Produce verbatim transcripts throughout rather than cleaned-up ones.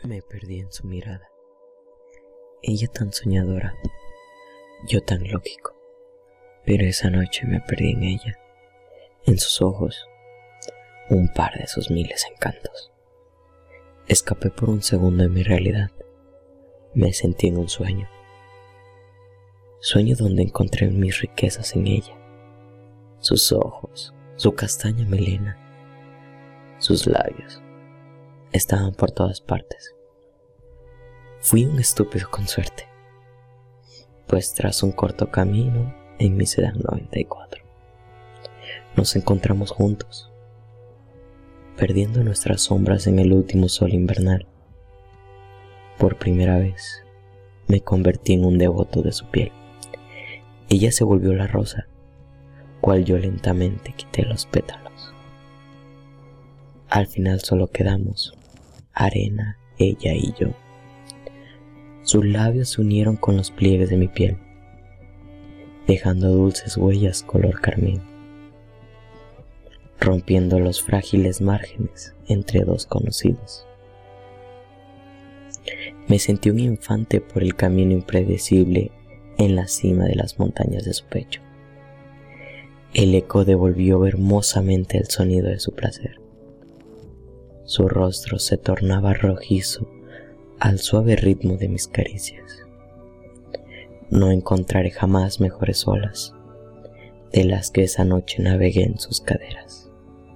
Me perdí en su mirada. Ella tan soñadora, yo tan lógico. Pero esa noche me perdí en ella, en sus ojos, un par de sus miles encantos. Escapé por un segundo de mi realidad. Me sentí en un sueño. Sueño donde encontré mis riquezas en ella. Sus ojos, su castaña melena, sus labios, estaban por todas partes. Fui un estúpido con suerte, pues tras un corto camino en mi sedán noventa y cuatro, nos encontramos juntos, perdiendo nuestras sombras en el último sol invernal. Por primera vez me convertí en un devoto de su piel. Ella se volvió la rosa, cual yo lentamente quité los pétalos. Al final solo quedamos arena, ella y yo. Sus labios se unieron con los pliegues de mi piel, dejando dulces huellas color carmín, rompiendo los frágiles márgenes entre dos conocidos. Me sentí un infante por el camino impredecible en la cima de las montañas de su pecho. El eco devolvió hermosamente el sonido de su placer. Su rostro se tornaba rojizo al suave ritmo de mis caricias. No encontraré jamás mejores olas de las que esa noche navegué en sus caderas.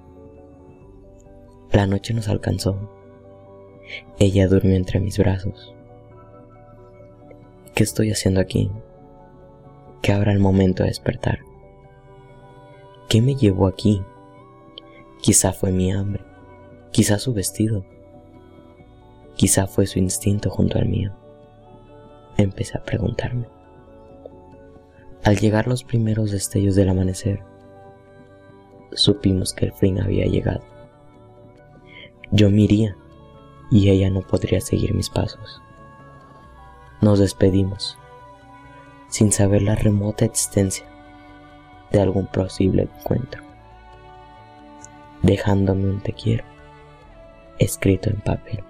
La noche nos alcanzó. Ella durmió entre mis brazos. ¿Qué estoy haciendo aquí? Que ahora el momento de despertar. ¿Qué me llevó aquí? Quizá fue mi hambre, quizá su vestido, quizá fue su instinto junto al mío. Empecé a preguntarme. Al llegar los primeros destellos del amanecer, supimos que el fin había llegado. Yo me iría y ella no podría seguir mis pasos. Nos despedimos, sin saber la remota existencia de algún posible encuentro, dejándome un te quiero escrito en papel.